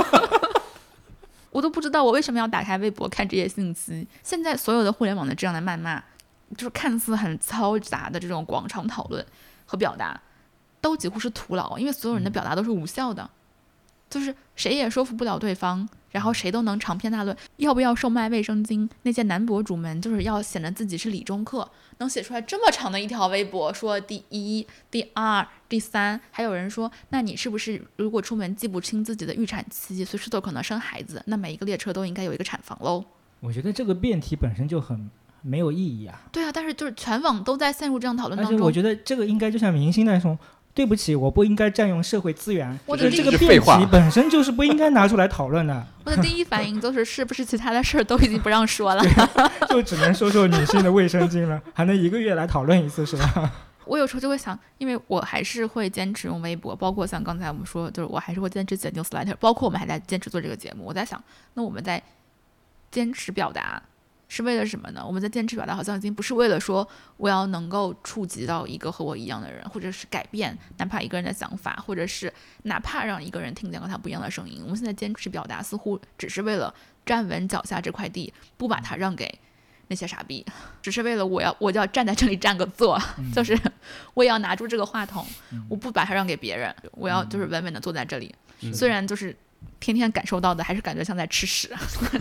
我都不知道我为什么要打开微博看这些信息。现在所有的互联网的这样的谩骂，就是看似很嘈杂的这种广场讨论和表达，都几乎是徒劳，因为所有人的表达都是无效的，就是谁也说服不了对方，然后谁都能长篇大论要不要售卖卫生巾。那些男博主们就是要显得自己是理中客，能写出来这么长的一条微博，说第一、第二、第三，还有人说那你是不是如果出门记不清自己的预产期，随时都可能生孩子，那每一个列车都应该有一个产房喽。 我觉得这个辩题本身就很没有意义啊。 对啊，但是就是全网都在陷入这样讨论当中。 而且我觉得这个应该就像明星那种，对不起，我不应该占用社会资源， 就是这个辩题本身就是不应该拿出来讨论的。 我的第一反应就是是不是其他的事儿都已经不让说了就只能说说女性的卫生巾了，还能1个月来讨论一次是吧？ 我有时候就会想，因为我还是会坚持用微博，包括像刚才我们说，就是我还是会坚持写 newsletter， 包括我们还在坚持做这个节目。我在想，那我们在坚持表达是为了什么呢？我们在坚持表达好像已经不是为了说我要能够触及到一个和我一样的人，或者是改变哪怕一个人的想法，或者是哪怕让一个人听见和他不一样的声音。我们现在坚持表达似乎只是为了站稳脚下这块地，不把它让给那些傻逼，只是为了我要站在这里占个座，就是我也要拿住这个话筒，我不把它让给别人，我要就是稳稳的坐在这里。虽然就是天天感受到的还是感觉像在吃屎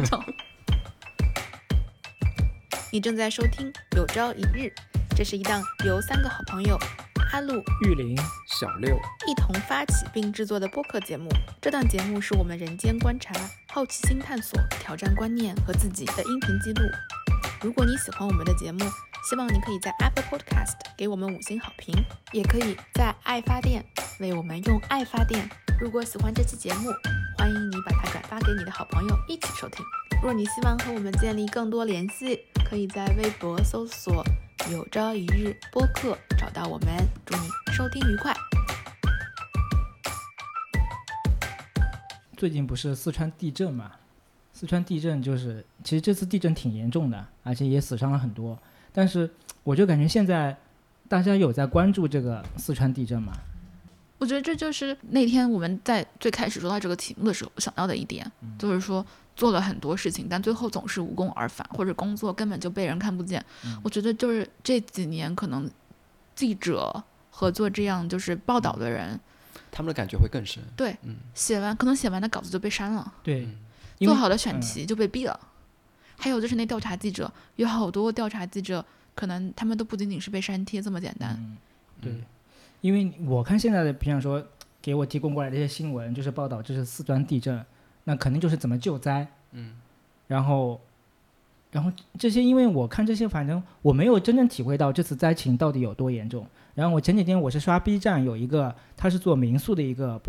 你正在收听有朝一日，这是一档由3个好朋友阿路、 玉林、 小六一同发起并制作的播客节目。这档节目是我们人间观察、好奇心探索、挑战观念和自己的音频记录。如果你喜欢我们的节目，希望你可以在 Apple Podcast 给我们5星好评，也可以在爱发电为我们用爱发电。如果喜欢这期节目，欢迎你把它转发给你的好朋友一起收听。若你希望和我们建立更多联系，可以在微博搜索有朝一日播客找到我们。祝你收听愉快。 最近不是四川地震嘛？四川地震就是其实这次地震挺严重的，而且也死伤了很多，但是我就感觉现在大家有在关注这个四川地震吗？ 我觉得这就是那天我们在最开始说到这个题目的时候想到的一点，就是说做了很多事情，但最后总是无功而返，或者工作根本就被人看不见。我觉得就是这几年可能记者和做这样就是报道的人， 他们的感觉会更深。 对，可能写完的稿子就被删了， 对， 做好的选题就被毙了。还有就是那调查记者，有好多调查记者可能他们都不仅仅是被删帖这么简单， 对，因为我看现在的，比方说给我提供过来的这些新闻，就是报道这是四川地震，那肯定就是怎么救灾，然后这些，因为我看这些，反正我没有真正体会到这次灾情到底有多严重。然后我前几天我是刷 B 站，有一个他是做民宿的一个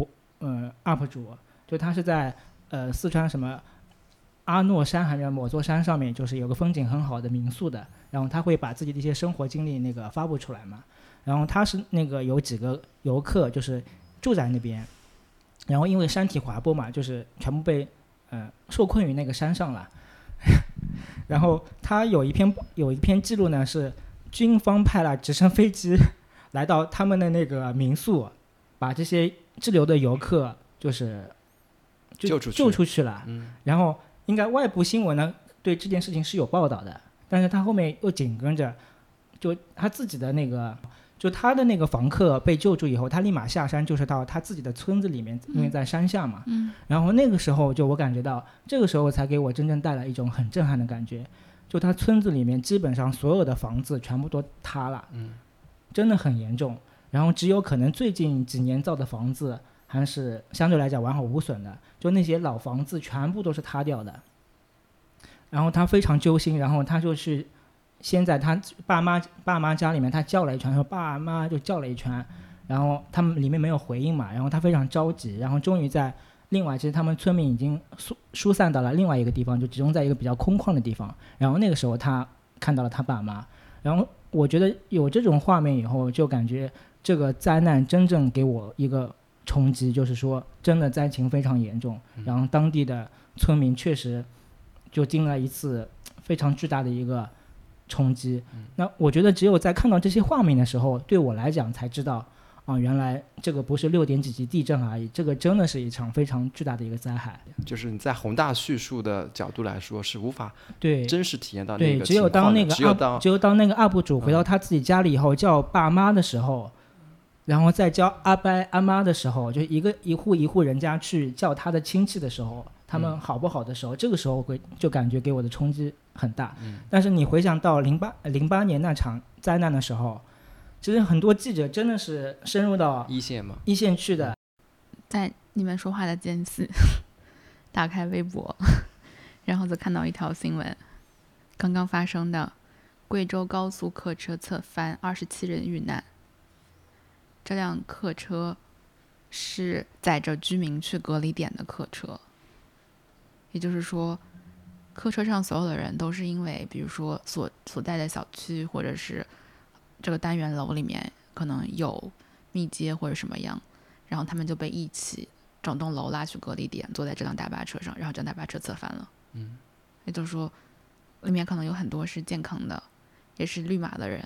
UP 主，就他是在四川什么阿诺山还是某座山上面，就是有个风景很好的民宿的，然后他会把自己的一些生活经历那个发布出来嘛。然后他是那个有几个游客就是住在那边，然后因为山体滑坡嘛，就是全部被受困于那个山上了。然后他有一篇记录呢，是军方派了直升飞机来到他们的那个民宿，把这些滞留的游客就是救出去了。然后应该外部新闻呢对这件事情是有报道的，但是他后面又紧跟着，就他自己的那个，就他的那个房客被救助以后，他立马下山，就是到他自己的村子里面，因为在山下嘛。然后那个时候就我感觉到，这个时候才给我真正带来一种很震撼的感觉，就他村子里面基本上所有的房子全部都塌了，真的很严重。然后只有可能最近几年造的房子还是相对来讲完好无损的，就那些老房子全部都是塌掉的。然后他非常揪心，然后他就去先在他爸妈家里面他叫了一圈，说爸妈就叫了一圈，然后他们里面没有回应嘛，然后他非常着急，然后终于在另外，其实他们村民已经疏散到了另外一个地方，就集中在一个比较空旷的地方。然后那个时候他看到了他爸妈，然后我觉得有这种画面以后，就感觉这个灾难真正给我一个冲击，就是说真的灾情非常严重，然后当地的村民确实就经历了一次非常巨大的一个冲击。那我觉得只有在看到这些画面的时候，对我来讲才知道原来这个不是6点几级地震而已，这个真的是一场非常巨大的一个灾害。 就是你在宏大叙述的角度来说是无法真实体验到那个情况的。 对，只有当那个 UP 主回到他自己家里以后，叫爸妈的时候，然后再叫阿伯阿妈的时候，就一户人家去叫他的亲戚的时候，他们好不好的时候，这个时候就感觉给我的冲击很大。但是你回想到08年那场灾难的时候，其实很多记者真的是深入到一线去的。 在你们说话的间隙打开微博，然后就看到一条新闻，刚刚发生的贵州高速客车侧翻，27人遇难。这辆客车是载着居民去隔离点的客车，也就是说客车上所有的人都是因为比如说所在的小区或者是这个单元楼里面可能有密接或者什么样，然后他们就被一起整栋楼拉去隔离点，坐在这辆大巴车上，然后这辆大巴车侧翻了。也就是说里面可能有很多是健康的，也是绿码的人。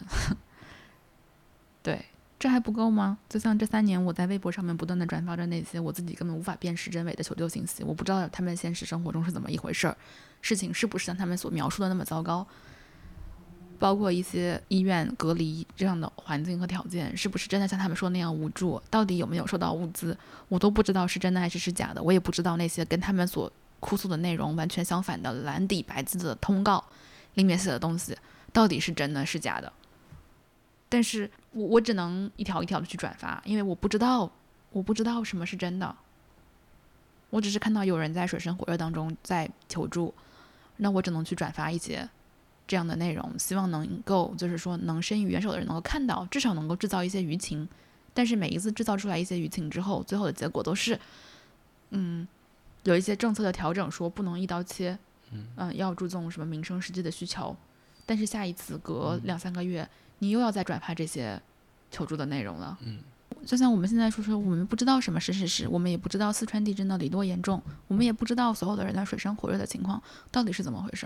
对，这还不够吗？就像这3年我在微博上面不断的转发着那些我自己根本无法辨识真伪的求救信息，我不知道他们现实生活中是怎么一回事儿，事情是不是像他们所描述的那么糟糕，包括一些医院隔离这样的环境和条件是不是真的像他们说那样无助，到底有没有收到物资，我都不知道是真的还是假的。我也不知道那些跟他们所哭诉的内容完全相反的蓝底白字的通告里面写的东西到底是真的是假的。但是我只能一条一条的去转发，因为我不知道什么是真的。我只是看到有人在水深火热当中在求助，那我只能去转发一些这样的内容，希望能够就是说能伸于援手的人能够看到，至少能够制造一些舆情。但是每一次制造出来一些舆情之后，最后的结果都是有一些政策的调整，说不能一刀切，要注重什么民生实际的需求，但是下一次隔2-3个月你又要再转发这些求助的内容了。就像我们现在说我们不知道什么是事实，我们也不知道四川地震到底多严重，我们也不知道所有的人在水深火热的情况到底是怎么回事，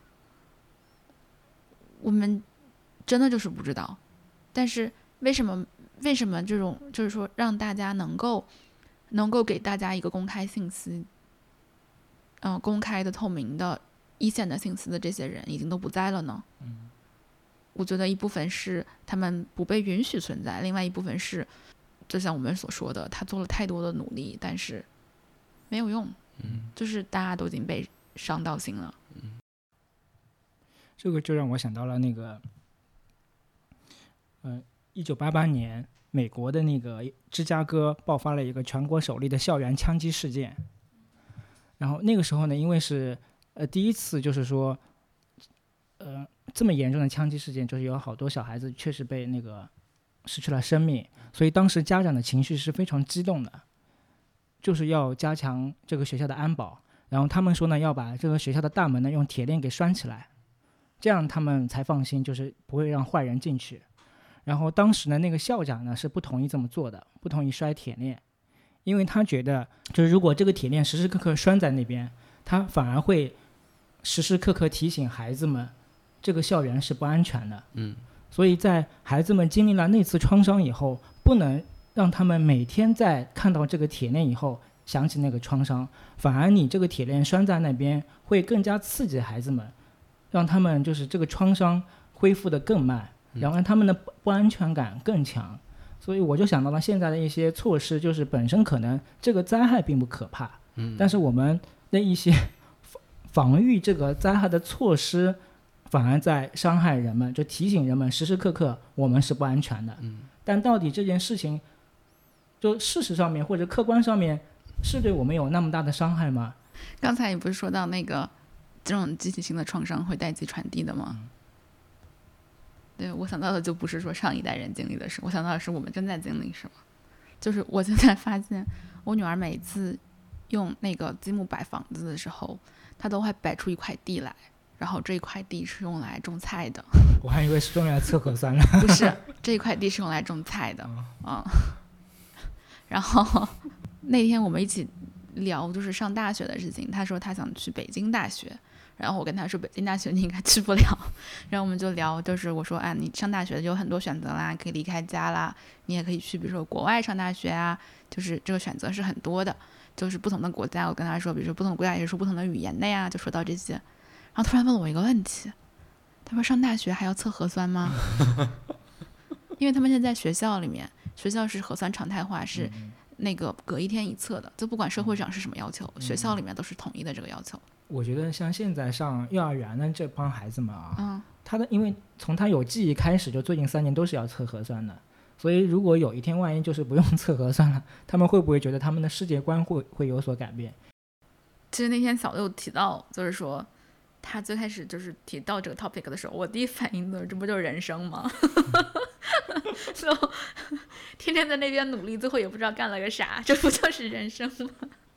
我们真的就是不知道。但是为什么这种就是说让大家能够给大家一个公开信息，公开的透明的一线的信息的这些人已经都不在了呢？我觉得一部分是他们不被允许存在，另外一部分是就像我们所说的，他做了太多的努力，但是没有用，就是大家都已经被伤到心了。 这个就让我想到了那个 1988年美国的那个芝加哥爆发了一个全国首例的校园枪击事件。然后那个时候呢，因为是第一次就是说这么严重的枪击事件，就是有好多小孩子确实被那个失去了生命，所以当时家长的情绪是非常激动的，就是要加强这个学校的安保。然后他们说呢，要把这个学校的大门呢用铁链给拴起来，这样他们才放心，就是不会让坏人进去。然后当时呢，那个校长呢是不同意这么做的，不同意拴铁链，因为他觉得就是如果这个铁链时时刻刻拴在那边，他反而会时时刻刻提醒孩子们这个校园是不安全的。所以在孩子们经历了那次创伤以后，不能让他们每天在看到这个铁链以后想起那个创伤，反而你这个铁链拴在那边会更加刺激孩子们，让他们就是这个创伤恢复得更慢，然后让他们的不安全感更强。所以我就想到了现在的一些措施，就是本身可能这个灾害并不可怕，但是我们的一些防御这个灾害的措施反而在伤害人们，就提醒人们时时刻刻我们是不安全的。但到底这件事情就事实上面或者客观上面是对我们有那么大的伤害吗？ 刚才你不是说到那个这种集体性的创伤会代际传递的吗？对，我想到的就不是说上一代人经历的事，我想到的是我们正在经历什么。就是我现在发现我女儿每一次用那个积木摆房子的时候，她都会摆出一块地来，然后这一块地是用来种菜的。 我还以为是用来测核酸了。 不是，这一块地是用来种菜的。然后那天我们一起聊就是上大学的事情，她说她想去北京大学，然后我跟她说北京大学你应该去不了，然后我们就聊，就是我说你上大学有很多选择啦，可以离开家啦，你也可以去比如说国外上大学啊，就是这个选择是很多的，就是不同的国家，我跟她说比如说不同的国家也是说不同的语言的呀，就说到这些。然后突然问了我一个问题，他说上大学还要测核酸吗？因为他们现在学校里面，学校是核酸常态化，是那个隔1天1测的，就不管社会上是什么要求，学校里面都是统一的这个要求。 我觉得像现在上幼儿园的这帮孩子们他的因为从他有记忆开始，就最近3年都是要测核酸的，所以如果有一天万一就是不用测核酸了，他们会不会觉得他们的世界观会有所改变？ 其实那天小六提到，就是说他最开始就是提到这个 topic 的时候，我第一反应的这不就是人生吗？就天天在那边努力，最后也不知道干了个啥，这不就是人生吗？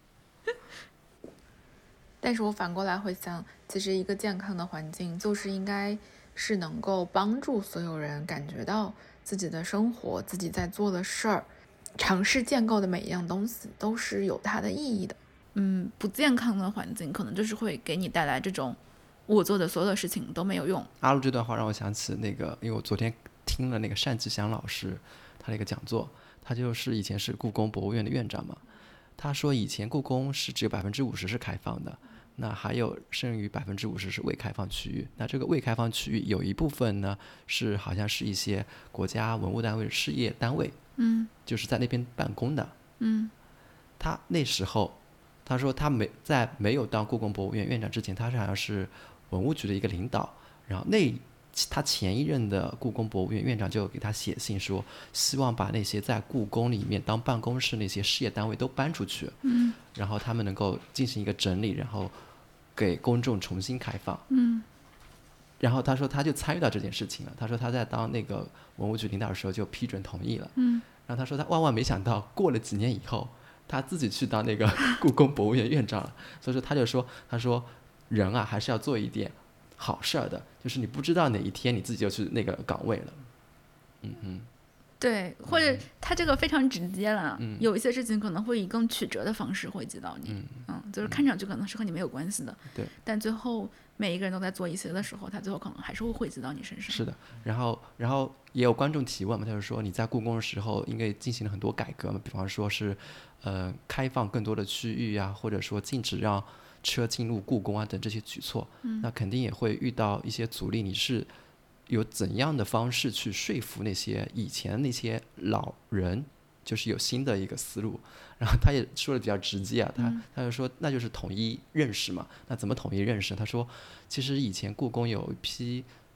但是我反过来会想，其实一个健康的环境就是应该是能够帮助所有人感觉到自己的生活，自己在做的事儿，尝试建构的每一样东西都是有它的意义的。不健康的环境可能就是会给你带来这种我做的所有的事情都没有用。 阿路这段话让我想起那个，因为我昨天听了那个单霁翔老师他的一个讲座，他就是以前是故宫博物院的院长嘛，他说以前故宫是只有50%是开放的，那还有剩余50%是未开放区域。那这个未开放区域有一部分呢是好像是一些国家文物单位、事业单位，就是在那边办公的。他那时候他说他在没有当故宫博物院院长之前，他好像是文物局的一个领导，然后他前一任的故宫博物院院长就给他写信说，希望把那些在故宫里面当办公室那些事业单位都搬出去，然后他们能够进行一个整理，然后给公众重新开放。然后他说他就参与到这件事情了，他说他在当那个文物局领导的时候就批准同意了。然后他说他万万没想到过了几年以后他自己去当那个故宫博物院院长了。所以说他说人啊还是要做一点好事的，就是你不知道哪一天你自己就去那个岗位了。 对，或者他这个非常直接了，有一些事情可能会以更曲折的方式惠及到你，就是看上去可能是和你没有关系的， 对， 但最后每一个人都在做一些的时候，他最后可能还是会惠及到你身上。 是的，然后也有观众提问嘛，就是说你在故宫的时候应该进行了很多改革嘛，比方说是开放更多的区域啊，或者说禁止让车进入故宫啊等这些举措，那肯定也会遇到一些阻力，你是有怎样的方式去说服那些以前那些老人，就是有新的一个思路？然后他也说的比较直接啊，他就说那就是统一认识嘛。那怎么统一认识？他说其实以前故宫有一批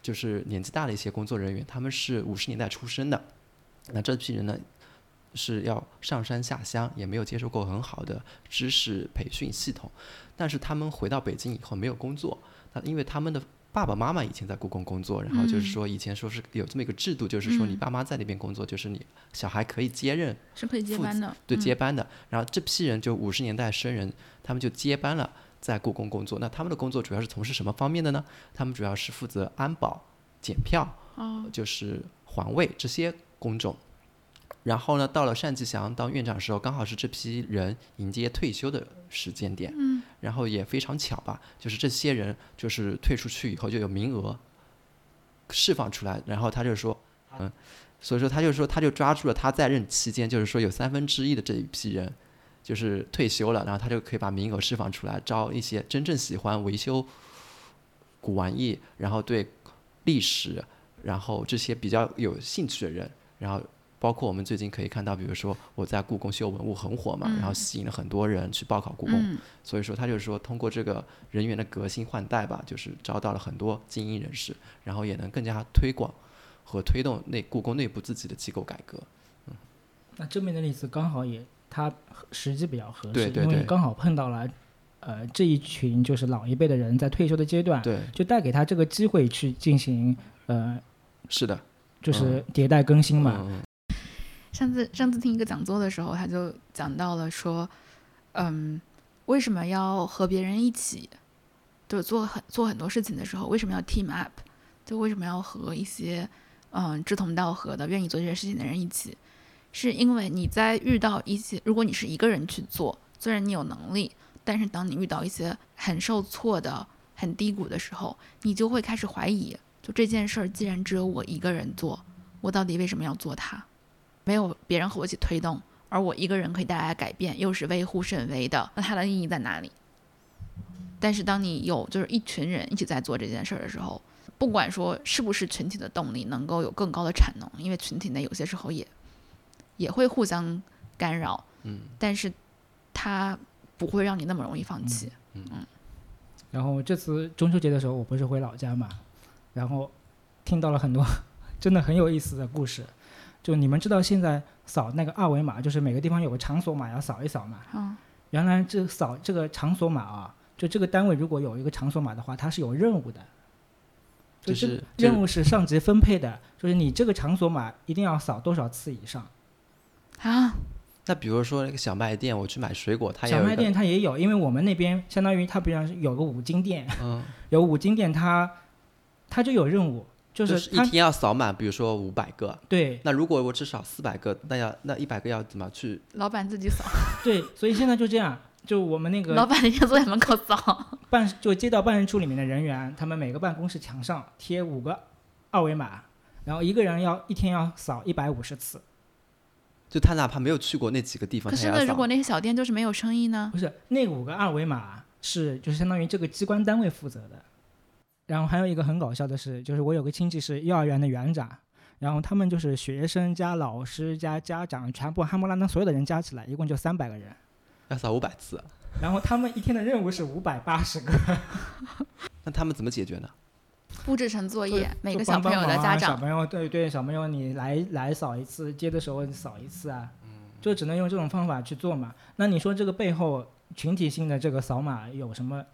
就是年纪大的一些工作人员，他们是50年代出生的，那这批人呢是要上山下乡，也没有接受过很好的知识培训系统，但是他们回到北京以后没有工作，因为他们的爸爸妈妈以前在故宫工作，然后就是说以前说是有这么一个制度，就是说你爸妈在那边工作，就是你小孩可以接任， 是可以接班的， 对，接班的。然后这批人就50年代生人，他们就接班了，在故宫工作。那他们的工作主要是从事什么方面的呢？他们主要是负责安保、检票，就是环卫这些工种。然后呢，到了单霁翔当院长的时候，刚好是这批人迎接退休的时间点。然后也非常巧吧，就是这些人就是退出去以后就有名额释放出来，然后他就说，所以说他就抓住了他在任期间，就是说有1/3的这一批人就是退休了，然后他就可以把名额释放出来，招一些真正喜欢维修古玩艺，然后对历史，然后这些比较有兴趣的人，然后包括我们最近可以看到，比如说我在故宫修文物很火嘛，然后吸引了很多人去报考故宫，所以说他就是说通过这个人员的革新换代吧，就是招到了很多精英人士，然后也能更加推广和推动故宫内部自己的机构改革。 那这边的例子刚好也它时机比较合适， 对， 因为刚好碰到了这一群就是老一辈的人在退休的阶段， 对， 就带给他这个机会去进行是的， 就是迭代更新嘛。 上次听一个讲座的时候，他就讲到了说，为什么要和别人一起，就做很多事情的时候，为什么要 team up， 就为什么要和一些志同道合的愿意做这些事情的人一起，是因为你在遇到一些，如果你是一个人去做，虽然你有能力，但是当你遇到一些很受挫的、很低谷的时候，你就会开始怀疑，就这件事儿既然只有我一个人做，我到底为什么要做它？没有别人和我一起推动，而我一个人可以带来改变，又是微乎甚微的，那它的意义在哪里？但是当你有就是一群人一起在做这件事的时候，不管说是不是群体的动力能够有更高的产能，因为群体内有些时候也会互相干扰，但是它不会让你那么容易放弃。 然后这次中秋节的时候，我不是回老家嘛，然后听到了很多真的很有意思的故事。就你们知道现在扫那个二维码，就是每个地方有个场所码要扫一扫嘛。原来扫这个场所码啊，就这个单位如果有一个场所码的话，它是有任务的。就是任务是上级分配的，就是你这个场所码一定要扫多少次以上。 那比如说那个小卖店，我去买水果，它也有小卖店它也有，因为我们那边相当于它比方有个5金店，有5金店它就有任务。就是一天要扫满，比如说500个。 对。 那如果我至少400个，那100个要怎么去？ 老板自己扫。 对，所以现在就这样，就我们那个老板那天坐在门口扫。 就街道办事处里面的人员，他们每个办公室墙上贴5个二维码，然后一个人一天要扫150次。 就他哪怕没有去过那几个地方， 可是呢，如果那些小店就是没有生意呢？ 不是，那5个二维码就是相当于这个机关单位负责的。然后还有一个很搞笑的是，就是我有个亲戚是幼儿园的园长，然后他们就是学生加老师加家长全部哈姆拉登所有的人加起来一共就300个人， 要扫500次。 然后他们一天的任务是580个。 那他们怎么解决呢？ 布置成作业，每个小朋友的家长， 小朋友对小朋友你来扫一次，接的时候扫一次啊，就只能用这种方法去做嘛。那你说这个背后群体性的这个扫码有什么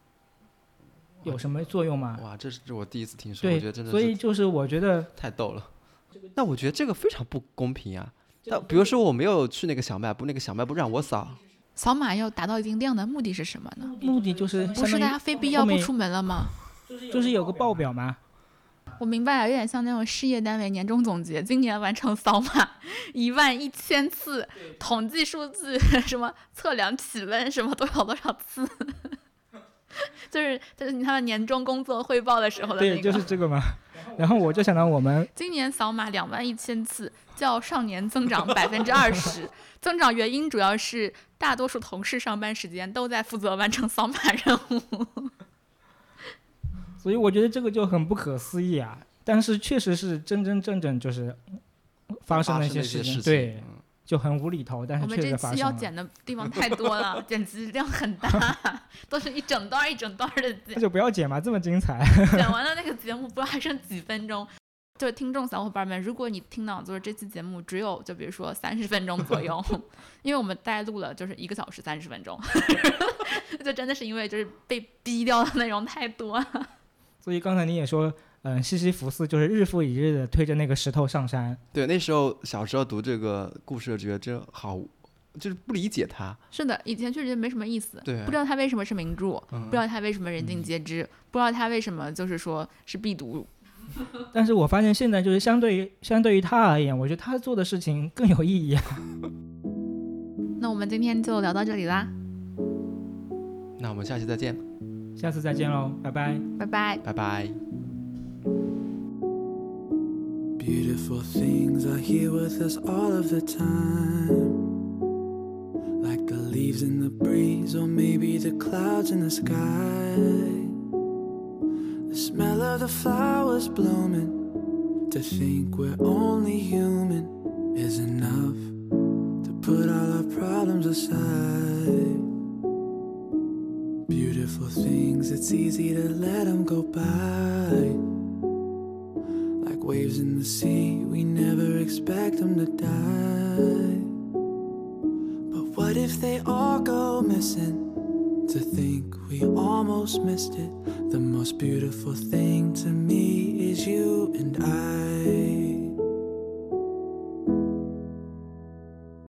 作用吗？ 哇，这是我第一次听说， 对， 我觉得真的是， 所以就是我觉得太逗了。那我觉得这个非常不公平啊！那比如说我没有去那个小卖部，那个小卖部让我扫， 扫码要达到一定量的目的是什么呢？ 目的就是不是大家非必要不出门了吗？ 就是有个报表嘛。 我明白了，有点像那种事业单位年终总结，今年完成扫码11000次，统计数据什么测量体温什么多少次。就是他们年终工作汇报的时候的那个。 对，就是这个嘛。然后我就想到我们今年扫码21000次，较上年增长20%，增长原因主要是大多数同事上班时间都在负责完成扫码任务。 所以我觉得这个就很不可思议啊！但是确实是真正就是发生了一些事情，对， 就很无厘头，但是确实发生了。 我们这期要剪的地方太多了，剪辑量很大，都是一整段一整段的剪。 那就不要剪嘛，这么精彩。 剪完了那个节目不知道还剩几分钟。就听众小伙伴们，如果你听到就是这期节目只有就比如说30分钟左右，因为我们大概录了就是1个小时30分钟，就真的是因为就是被逼掉的内容太多了。 所以刚才你也说，西西弗斯就是日复一日的推着那个石头上山。 对，那时候小时候读这个故事，觉得真好，就是不理解他。 是的，以前确实没什么意思， 对， 不知道他为什么是名著，不知道他为什么人尽皆知，不知道他为什么就是说是必读。 但是我发现现在就是相对于他而言，我觉得他做的事情更有意义啊。 那我们今天就聊到这里啦， 那我们下期再见。 下次再见喽，拜拜， 拜拜， 拜拜。 Beautiful things are here with us all of the time, like the leaves in the breeze, or maybe the clouds in the sky. The smell of the flowers blooming, to think we're only human is enough to put all our problems aside. Beautiful things, it's easy to let them go by, like waves in the sea, we never expect them to die. But what if they all go missing? To think we almost missed it. The most beautiful thing to me is you and I.